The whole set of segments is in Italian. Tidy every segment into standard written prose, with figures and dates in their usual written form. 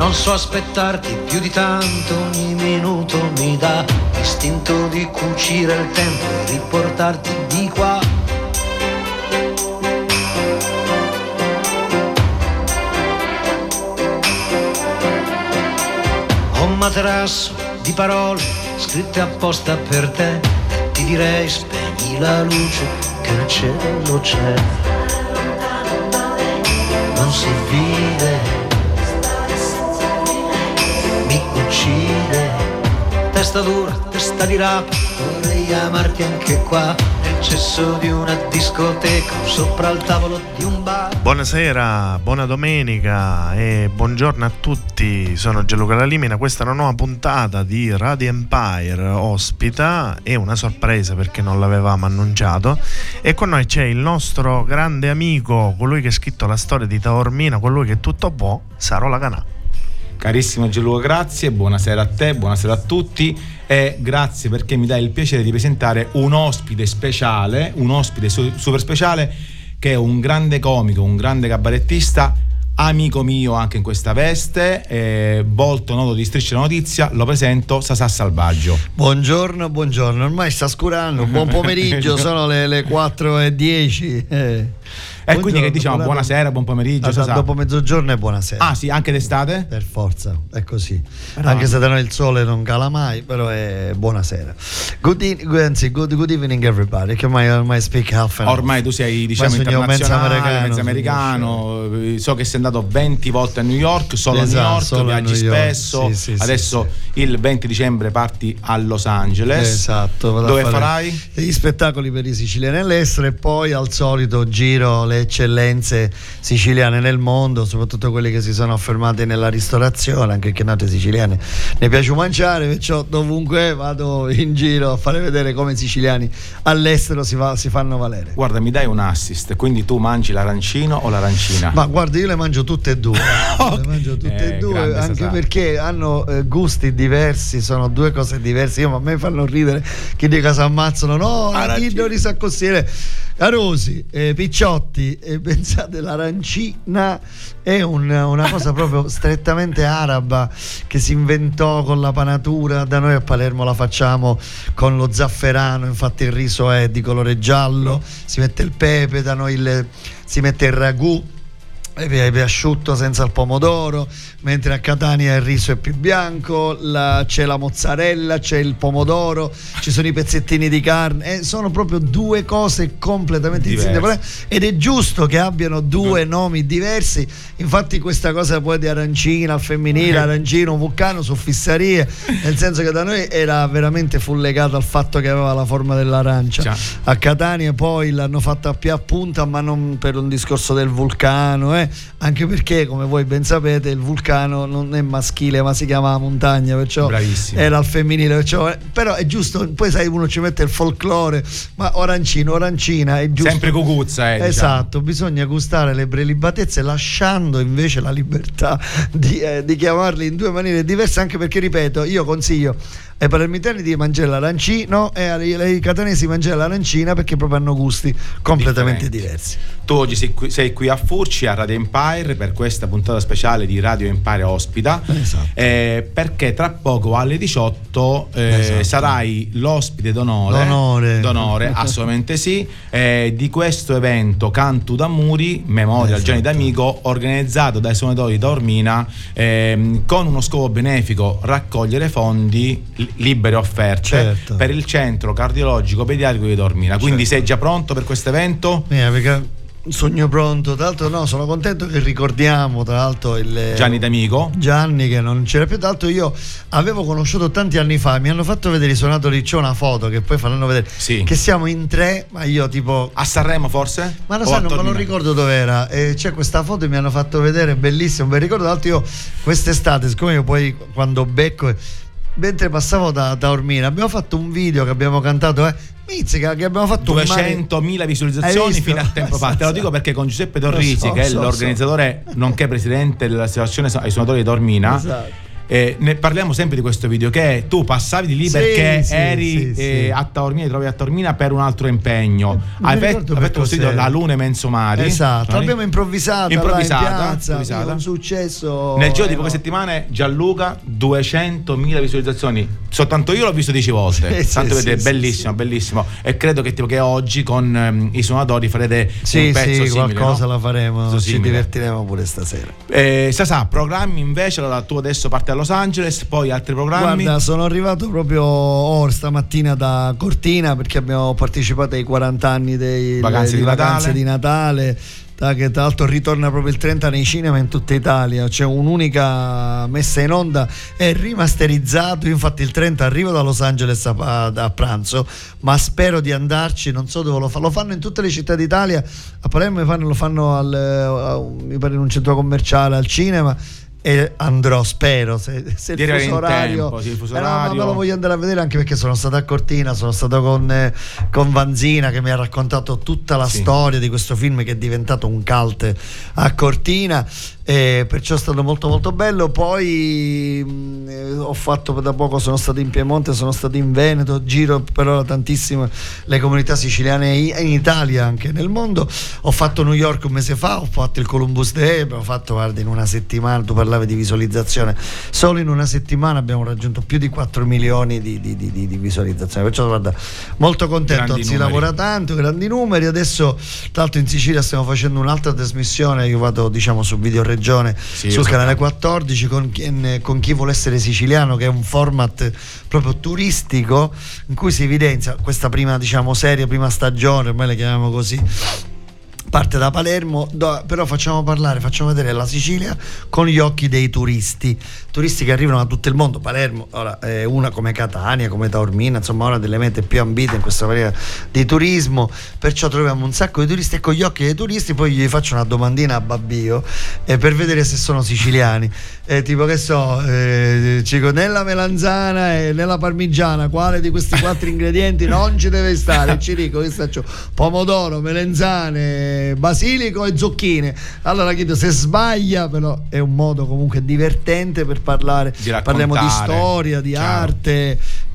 Non so aspettarti più di tanto, ogni minuto mi dà l'istinto di cucire il tempo e riportarti di qua. Ho un materasso di parole scritte apposta per te e ti direi spegni la luce che nel cielo c'è. Non si vive, mi uccide, testa dura, testa di rapa, vorrei amarti anche qua, nel cesso di una discoteca, sopra il tavolo di un bar. Buonasera, buona domenica e buongiorno a tutti, sono Gianluca Lalimina, questa è una nuova puntata di Radio Empire ospita, è una sorpresa perché non l'avevamo annunciato, e con noi c'è il nostro grande amico, colui che ha scritto la storia di Taormina, colui che tutto può, Saro Laganà. Carissimo Gianluca, grazie, buonasera a te, buonasera a tutti e grazie perché mi dai il piacere di presentare un ospite speciale, un ospite super speciale che è un grande comico, un grande cabarettista, amico mio anche in questa veste, volto noto di Striscia la Notizia, lo presento, Sasà Salvaggio. Buongiorno, ormai sta scurando, buon pomeriggio, sono le 4:10. E quindi che diciamo buonasera, buon pomeriggio, Sasà. Dopo mezzogiorno e buonasera. Ah sì, anche d'estate? Per forza, è così. Anche se da noi il sole non cala mai, però è buonasera. Good evening everybody, che ormai speak half. Ormai tu sei, diciamo, internazionale, mezzo americano. So che sei andato 20 volte a New York, solo a New York, viaggi spesso. Sì, adesso il 20 dicembre parti a Los Angeles. Esatto. Dove farai? Gli spettacoli per i siciliani all'estero e poi al solito giro le eccellenze siciliane nel mondo, soprattutto quelle che si sono affermate nella ristorazione, anche che nate siciliane ne piace mangiare, perciò dovunque vado in giro a fare vedere come i siciliani all'estero si fanno valere. Guarda, mi dai un assist, quindi tu mangi l'arancino o l'arancina? Ma guarda, io le mangio tutte e due. Okay. Le mangio tutte e due, anche perché hanno gusti diversi, sono due cose diverse. A me fanno ridere chi dica si ammazzano, no, chi non sa costiere. Carosi, picciotti, pensate, l'arancina è una cosa proprio strettamente araba che si inventò con la panatura. Da noi a Palermo la facciamo con lo zafferano, infatti il riso è di colore giallo, si mette il pepe, da noi si mette il ragù asciutto senza il pomodoro, mentre a Catania il riso è più bianco, c'è la mozzarella, c'è il pomodoro, ci sono i pezzettini di carne, sono proprio due cose completamente distinte ed è giusto che abbiano due nomi diversi. Infatti questa cosa poi di arancina al femminile, arancino, vulcano, su fissarie, nel senso che da noi era veramente fu legato al fatto che aveva la forma dell'arancia. A Catania poi l'hanno fatta più a punta, ma non per un discorso del vulcano, anche perché, come voi ben sapete, il vulcano non è maschile ma si chiama montagna, perciò bravissimo, era al femminile, perciò, però è giusto. Poi sai, uno ci mette il folklore, ma arancina è giusto, sempre cucuzza, esatto, diciamo. Bisogna gustare le prelibatezze lasciando invece la libertà di chiamarli in due maniere diverse, anche perché, ripeto, io consiglio ai palermitani di mangiare l'arancino e ai catanesi di mangiare l'arancina, perché proprio hanno gusti completamente diversi. Tu oggi sei qui a Furci, a Radio Empire, per questa puntata speciale di Radio Empire ospita, esatto. Perché tra poco alle 18 sarai l'ospite d'onore, assolutamente sì, di questo evento Cantu d'Amuri, Memorial Gianni D'Amico, organizzato dai suonatori di Taormina, con uno scopo benefico: raccogliere fondi libere offerte per il centro cardiologico pediatrico di Taormina. Quindi sei già pronto per questo evento? Perché sogno pronto, tra l'altro sono contento che ricordiamo tra l'altro il Gianni D'Amico, Gianni che non c'era più. Tra l'altro io avevo conosciuto tanti anni fa, mi hanno fatto vedere i suonatori, c'è una foto che poi faranno vedere, che siamo in tre, ma io tipo a Sanremo forse? Ma lo sanno, ma non ricordo dove era, c'è questa foto e mi hanno fatto vedere, bellissimo, un bel ricordo. Tra l'altro io quest'estate, siccome io poi quando becco, mentre passavo da Taormina, abbiamo fatto un video che abbiamo cantato Mizzica, che abbiamo fatto 200.000 visualizzazioni fino a tempo fa. Te lo dico perché con Giuseppe Torrisi, che è l'organizzatore nonché presidente dell'associazione ai suonatori di Taormina, ne parliamo sempre di questo video, che tu passavi di lì perché eri a Taormina, ti trovi a Taormina per un altro impegno. Hai fatto questo video La Luna e Mensomari. Esatto, l'abbiamo improvvisata in piazza, con successo. Nel giro di poche settimane, Gianluca, 200.000 visualizzazioni. Soltanto io l'ho visto 10 volte. Tanto vedete, bellissimo, bellissimo. E credo che tipo che oggi con i suonatori farete un pezzo simile, qualcosa, no? la faremo, ci divertiremo pure stasera. Sasà, programmi invece, allora tu adesso parti a Los Angeles, poi altri programmi? Guarda, sono arrivato proprio stamattina da Cortina perché abbiamo partecipato ai 40 anni dei vacanze di Natale, che tra l'altro ritorna proprio il 30 nei cinema in tutta Italia. C'è un'unica messa in onda, è rimasterizzato. Io infatti il 30 arrivo da Los Angeles a pranzo, ma spero di andarci, non so dove lo fanno in tutte le città d'Italia. A Palermo lo fanno mi pare in un centro commerciale, al cinema, e andrò, spero, se il fuso orario, me lo voglio andare a vedere, anche perché sono stato a Cortina, sono stato con Vanzina che mi ha raccontato tutta la storia di questo film che è diventato un cult a Cortina, perciò è stato molto molto bello. Poi ho fatto da poco, sono stato in Piemonte, sono stato in Veneto, giro però tantissime le comunità siciliane in Italia, anche nel mondo. Ho fatto New York un mese fa, ho fatto il Columbus Day, abbiamo fatto, guarda, in una settimana, tu parlavi di visualizzazione, solo in una settimana abbiamo raggiunto più di 4 milioni di visualizzazioni, perciò guarda, molto contento, si lavora tanto, grandi numeri. Adesso tra l'altro in Sicilia stiamo facendo un'altra trasmissione, io vado diciamo su Video Regione, sul canale 14 con Chi vuole essere siciliano, che è un format proprio turistico in cui si evidenzia questa prima serie, prima stagione, ormai la chiamiamo così, parte da Palermo, però facciamo vedere la Sicilia con gli occhi dei turisti che arrivano da tutto il mondo. Palermo ora è una come Catania, come Taormina, insomma una delle mete più ambite in questa periodo di turismo, perciò troviamo un sacco di turisti, e con gli occhi dei turisti poi gli faccio una domandina a Babbio per vedere se sono siciliani, tipo che so, nella melanzana e nella parmigiana quale di questi 4 ingredienti non ci deve stare? Ci dico che faccio pomodoro, melenzane, basilico e zucchine. Allora chiedo se sbaglia, però è un modo comunque divertente per parlare, parliamo di storia, di arte,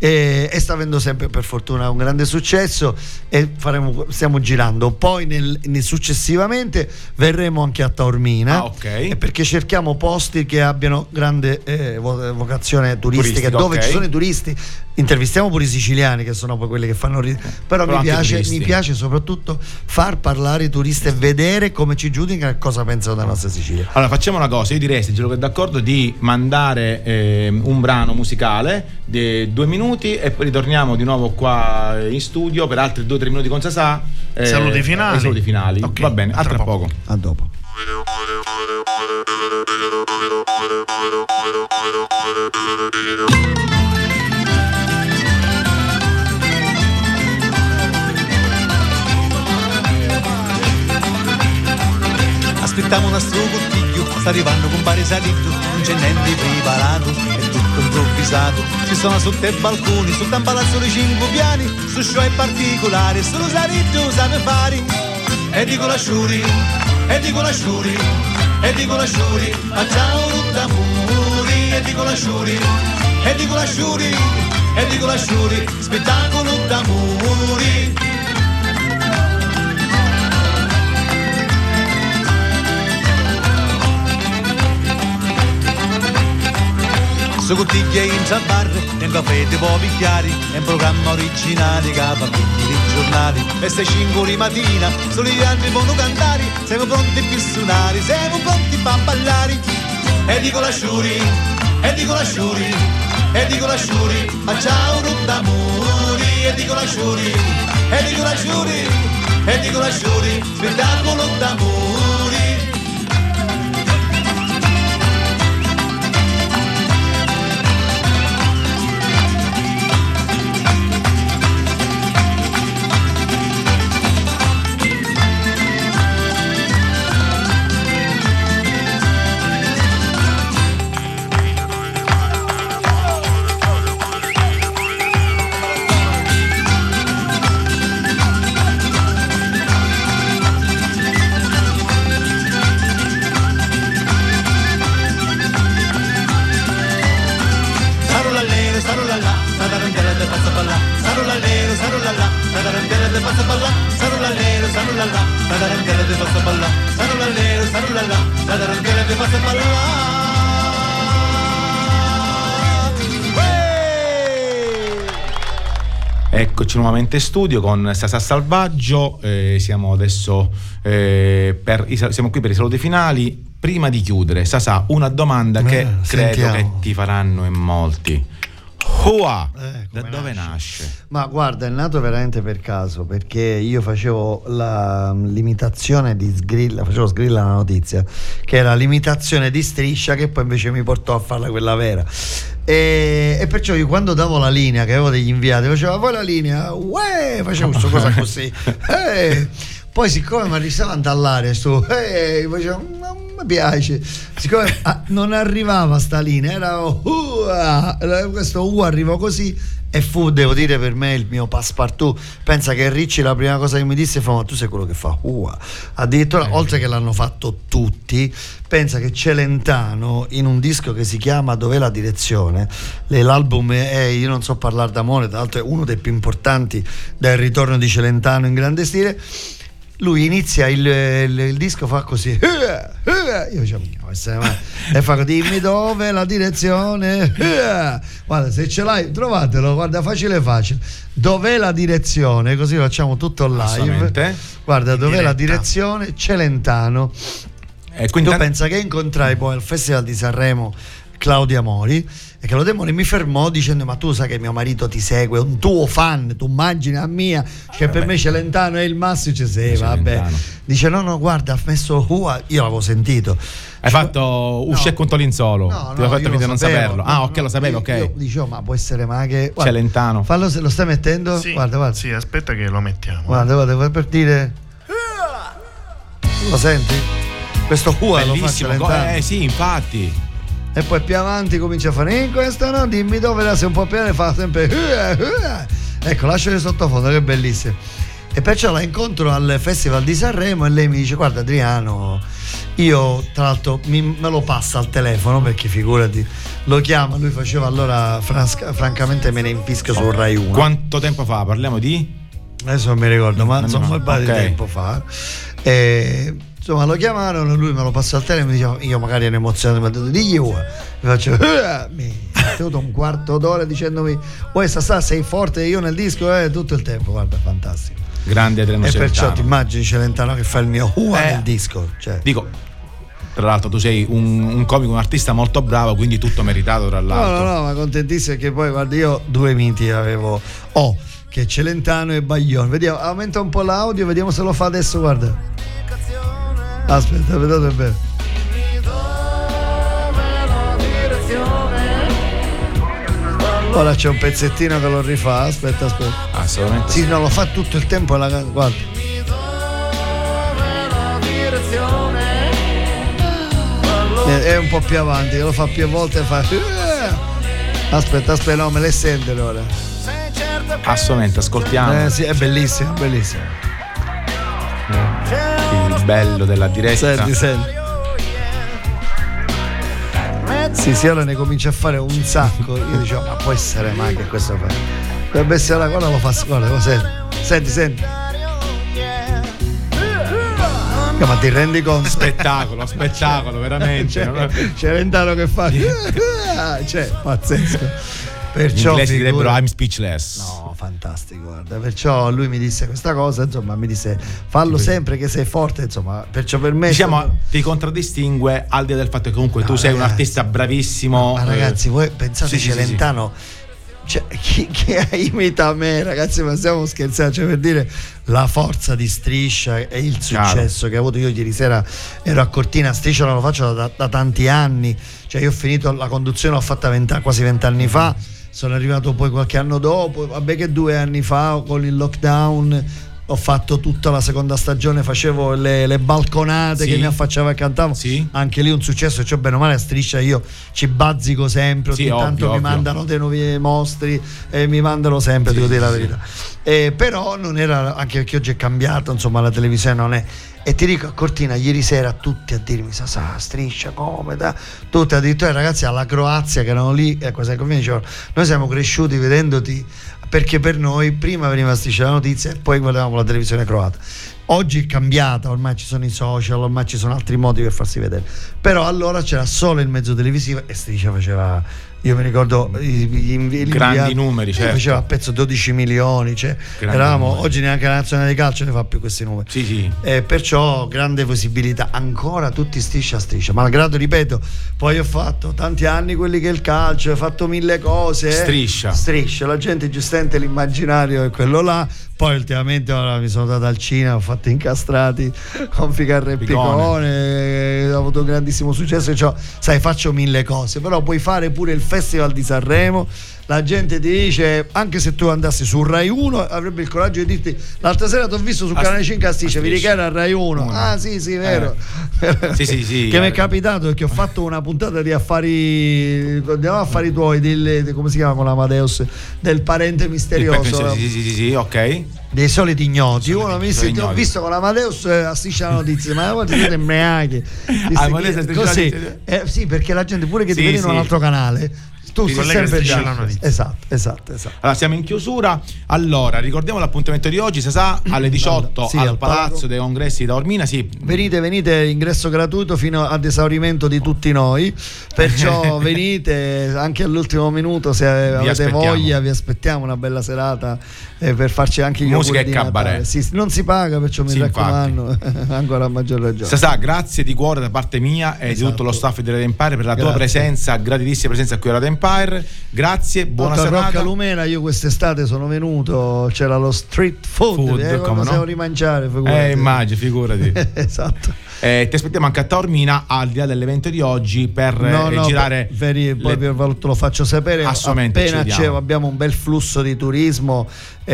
e sta avendo sempre per fortuna un grande successo, e stiamo girando. Poi successivamente verremo anche a Taormina, perché cerchiamo posti che abbiano grande vocazione turistica, dove ci sono i turisti. Intervistiamo pure i siciliani, che sono poi quelli che fanno però mi piace soprattutto far parlare i turisti e vedere come ci giudicano e cosa pensano della nostra Sicilia. Allora facciamo una cosa, io direi, se Gianluca è d'accordo, di mandare un brano musicale di 2 minuti e poi ritorniamo di nuovo qua in studio per altri 2-3 minuti con Sasà. Saluti finali. Okay. Va bene, a tra poco. A dopo. Aspettiamo un nostro cottiglio, sta arrivando compare Salito, non c'è niente preparato, è tutto improvvisato. Ci sono sotto i balconi, sotto un palazzo di 5 piani, su show è particolare, solo Salito sa fare. E dico la sciuri, e dico la sciuri, e dico la sciuri, facciamo tutta muri. E dico la sciuri, e dico la sciuri, e dico la sciuri, spettacolo da muri. Su cottiglie in bar, nel caffè di pochi chiari, è un programma originale che va tutti i giornali. E se 5 di mattina, solo gli altri vanno cantare, siamo pronti per suonare, siamo pronti per ballare. E dico la sciuri, e dico la sciuri, e dico la sciuri, facciamo rotta muri. E dico la sciuri, e dico la sciuri, e dico la sciuri, spettacolo d'amore. la tarantella te passa balla, sarullallero, sarullalla, la tarantella te passa balla, sarullallero, sarullalla, la tarantella te passa balla, sarullallero, sarullalla, la tarantella te passa balla. Eccoci nuovamente in studio con Sasà Salvaggio, siamo adesso siamo qui per i saluti finali. Prima di chiudere, Sasà, una domanda che credo che ti faranno in molti. Hua, da dove nasce? Ma guarda, è nato veramente per caso, perché io facevo l'imitazione di Sgrilla, facevo Sgrilla la notizia, che era l'imitazione di Striscia, che poi invece mi portò a farla quella vera. E perciò io quando davo la linea, che avevo degli inviati, facevo voi la linea, facevo questa cosa così. Poi siccome mi arrivavano dall'aria facevo, non mi piace, siccome non arrivava sta linea, era questo arrivò così, e fu, devo dire, per me il mio passepartout. Pensa che Ricci la prima cosa che mi disse fu: ma tu sei quello che fa addirittura, oltre che l'hanno fatto tutti, pensa che Celentano in un disco che si chiama Dov'è la direzione, l'album è Io non so parlare d'amore, tra l'altro è uno dei più importanti del ritorno di Celentano in grande stile. Lui inizia il disco, fa così, io dicevo, e fa così, dimmi dove la direzione, guarda, se ce l'hai trovatelo, guarda, facile, dov'è la direzione, così facciamo tutto live, guarda, dov'è la direzione, Celentano. E quindi tu pensa che incontrai poi al Festival di Sanremo Claudia Mori, e Claudia Mori mi fermò dicendo: ma tu sai che mio marito ti segue, è un tuo fan, tu immagini a mia, che per me Celentano è il massimo, vabbè. Dice no guarda, ha messo io l'avevo sentito. Hai fatto uscì con Tolinzolo, ti ho fatto vedere non saperlo. Ok, lo sapevi, ok. Io dicevo, ma può essere ma che Celentano. Fallo, se lo stai mettendo? Sì, guarda. Sì, aspetta che lo mettiamo. Guarda, per dire. Lo senti? Questo lo fa Celentano. Sì, infatti. E poi più avanti comincia a fare questo no, dimmi dove la sei un po' piena, fa sempre ecco, lasciali sottofondo, che bellissimo. E perciò la incontro al Festival di Sanremo e lei mi dice: guarda Adriano, io tra l'altro me lo passa al telefono, perché figurati, lo chiama, lui faceva allora francamente me ne impischio su Rai 1. Quanto tempo fa? Parliamo di? Adesso non mi ricordo, ma insomma un po' di tempo fa. Insomma, lo chiamarono, lui me lo passò al telefono e mi diceva, io magari ero emozionato, mi ha detto digli mi faccio mi ha tenuto un quarto d'ora dicendomi sei forte, io nel disco tutto il tempo, guarda, fantastico, grande Adriano Celentano. E perciò ti immagini Celentano che fa il mio nel disco, cioè. Dico, tra l'altro tu sei un comico, un artista molto bravo, quindi tutto meritato, tra l'altro. No, ma contentissimo, che poi guarda, io due miti avevo, che Celentano e Baglione. Vediamo, aumenta un po' l'audio, vediamo se lo fa adesso, guarda. Aspetta, vedete bene. Ora c'è un pezzettino che lo rifà, aspetta. Assolutamente. Sì, no, lo fa tutto il tempo, guarda. È un po' più avanti, lo fa più volte, fa. Aspetta, no, me le sente ora. Assolutamente, ascoltiamo. Sì, è bellissimo. Il bello della diretta. Senti. Sì, ora ne comincia a fare un sacco. Io dicevo, ma può essere mai che questo fa? Dovrebbe essere la cosa, lo fa. Guarda, senti. Ma ti rendi conto? Spettacolo, veramente. Celentano che fa. Cioè, pazzesco. Perciò in inglese direbbero I'm speechless. No, fantastico, guarda. Perciò lui mi disse questa cosa, insomma, mi disse fallo sempre che sei forte, insomma. Perciò per me ti contraddistingue, al di là del fatto che comunque tu sei un artista bravissimo. Ma ragazzi, voi pensate Celentano? Cioè, chi imita me, ragazzi, ma stiamo scherzando, cioè, per dire la forza di Striscia e il successo che ho avuto. Io ieri sera ero a Cortina, Striscia non lo faccio da tanti anni, cioè io ho finito la conduzione, l'ho fatta quasi 20 anni fa, sono arrivato poi qualche anno dopo, vabbè che 2 anni fa con il lockdown ho fatto tutta la seconda stagione, facevo le balconate, che mi affacciavo e cantavo, anche lì un successo, cioè bene o male a Striscia io ci bazzico sempre, ogni tanto mi mandano dei nuovi mostri e mi mandano sempre, devo dire la verità, però non era, anche perché oggi è cambiato, insomma la televisione non è. E ti dico, a Cortina ieri sera tutti a dirmi Striscia come tutti, addirittura i ragazzi alla Croazia che erano lì, ecco, sai come dicevano, noi siamo cresciuti vedendoti, perché per noi prima veniva Striscia la notizia e poi guardavamo la televisione croata. Oggi è cambiata, ormai ci sono i social, ormai ci sono altri modi per farsi vedere, però allora c'era solo il mezzo televisivo e Striscia faceva, io mi ricordo i grandi numeri, certo. Faceva a pezzo 12 milioni, cioè eravamo numeri. Oggi neanche la nazionale di calcio ne fa più questi numeri, perciò grande visibilità, ancora tutti Striscia, malgrado, ripeto, poi ho fatto tanti anni quelli che è il calcio, ho fatto 1000 cose, Striscia, la gente giustamente l'immaginario è quello là. Poi ultimamente mi sono dato al cinema, ho fatto Incastrati con Ficarra e Picone, ho avuto un grandissimo successo, cioè, sai, faccio 1000 cose, però puoi fare pure il Festival di Sanremo, la gente ti dice, anche se tu andassi su Rai 1 avrebbe il coraggio di dirti, l'altra sera ti ho visto su Canale 5 a Striscia, vi richiamo a Rai 1. Ah sì, vero. Sì, che mi è capitato perché ho fatto una puntata di affari tuoi, come si chiama con Amadeus, del parente misterioso, sì, ok, dei soliti ignoti. Uno mi disse, ti ho visto con Amadeus a Striscia la notizia, ma voi siete meaghi così, sì, perché la gente pure che ti vede in un altro canale, tu sei sempre già. Esatto. Allora siamo in chiusura. Allora ricordiamo l'appuntamento di oggi, si sa, alle 18 al Palazzo dei Congressi di Taormina. Venite, ingresso gratuito fino ad esaurimento di tutti noi, perciò venite anche all'ultimo minuto se avete voglia, vi aspettiamo, una bella serata per farci anche gli musica auguri e cabaret. Sì, non si paga, perciò mi raccomando, ancora a maggior ragione. Sasà, grazie di cuore da parte mia e di tutto lo staff di Radio Empire per la tua presenza, graditissima presenza qui a Radio Empire. Grazie, buona serata. Rocca Lumena, io quest'estate sono venuto, c'era lo street food come possiamo rimangiare, immagini, figurati. Esatto. Ti aspettiamo anche a Taormina, al di là dell'evento di oggi, per girare. Poi te lo faccio sapere appena abbiamo un bel flusso di turismo.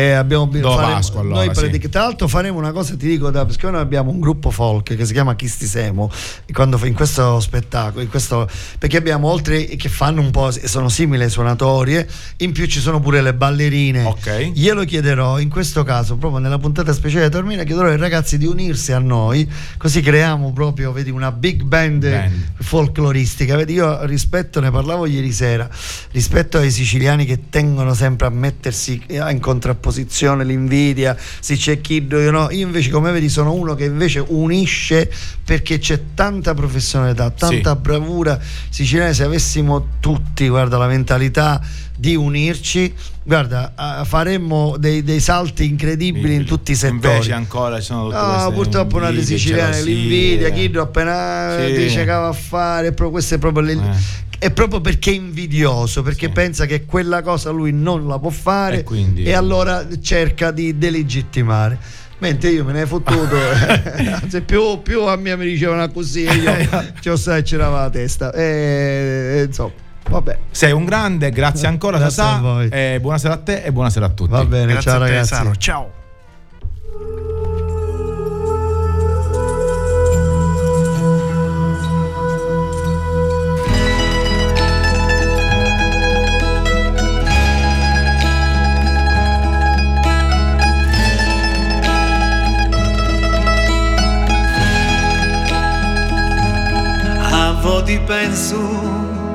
Noi tra l'altro faremo una cosa, ti dico, perché noi abbiamo un gruppo folk che si chiama Chistisemo, in questo spettacolo, perché abbiamo, oltre che fanno un po', sono simili ai suonatori, in più ci sono pure le ballerine. Glielo chiederò in questo caso, proprio nella puntata speciale di Taormina, chiederò ai ragazzi di unirsi a noi, così creiamo proprio, vedi, una big band folcloristica. Vedi, io rispetto, ne parlavo ieri sera, rispetto ai siciliani che tengono sempre a mettersi in contrapposizione, l'invidia, si c'è chi io invece, come vedi, sono uno che invece unisce, perché c'è tanta professionalità, tanta bravura siciliana. Se avessimo tutti, guarda, la mentalità di unirci, guarda, faremmo dei salti incredibili in tutti i settori. Invece ancora ci sono tutte purtroppo una dei siciliani, l'invidia, chi appena dice che va a fare, questo è proprio è proprio perché è invidioso, perché pensa che quella cosa lui non la può fare, e allora cerca di delegittimare. Mentre io me ne è fottuto, anzi più a me mi dicevano così, e io c'era la testa, insomma. Vabbè. Sei un grande, grazie ancora Sasà, buonasera a te e buonasera a tutti. Va bene, grazie, ciao ragazzi. Ciao. A volte penso,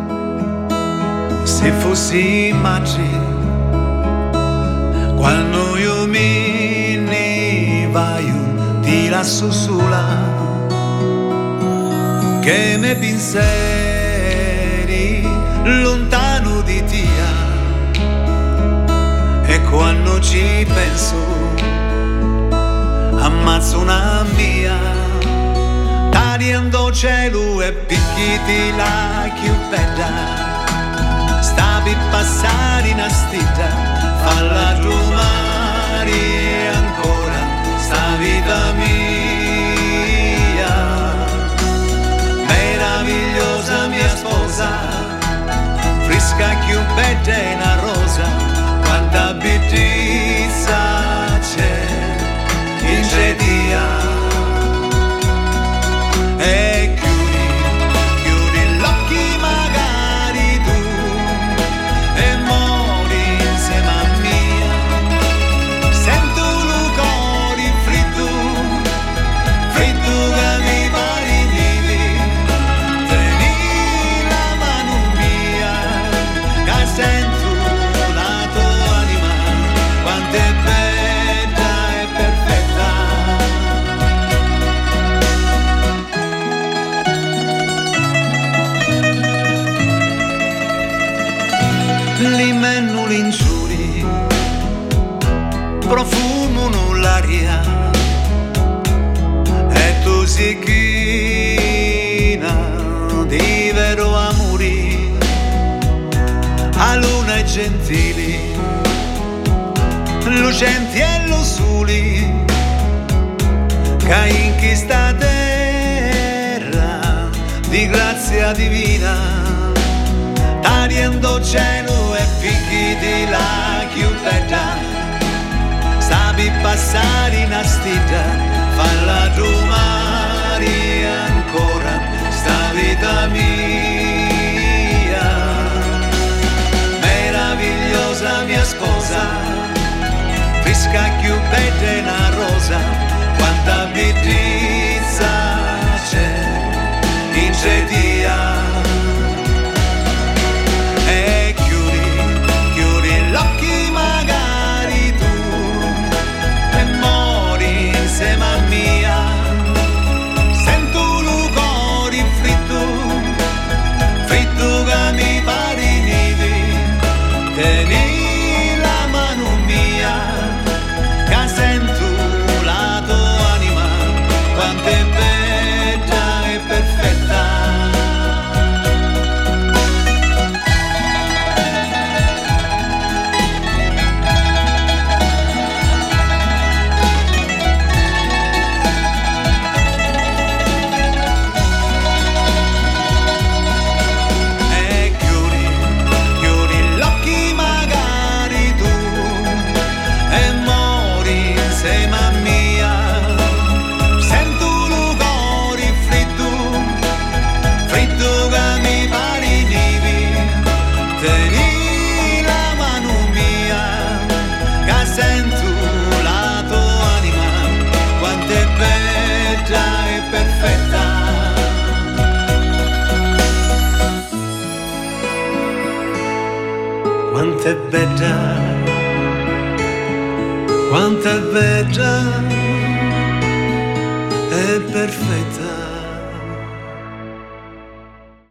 se fossi immagine, quando io me vai ti lascio sola, che me pensieri lontano di te, e quando ci penso ammazzo una mia, tagliando cielo e picchiti la chiudetta. Stavi passare in astita, falla trovare ancora sta vita mia, meravigliosa mia sposa, fresca più bella e una rosa, quanta bellezza c'è profumo l'aria e tu sei china di vero amore, a luna gentili, lucenti e lo soli, che in questa terra di grazia divina, tagliendo cielo e picchi di la chiudetta. Sabi passare in astita, falla domani ancora, sta vita mia. Meravigliosa mia sposa, fresca più bella una rosa, quanta bellezza c'è in cedia. E chiudi l'occhi magari tu, insieme a mia, sento il cuore fritto, fritto che mi pare nivi, tieni la mano mia, che sento la tua anima, quanto è bella e perfetta. Quanto è bella, quanto è bella e perfetta.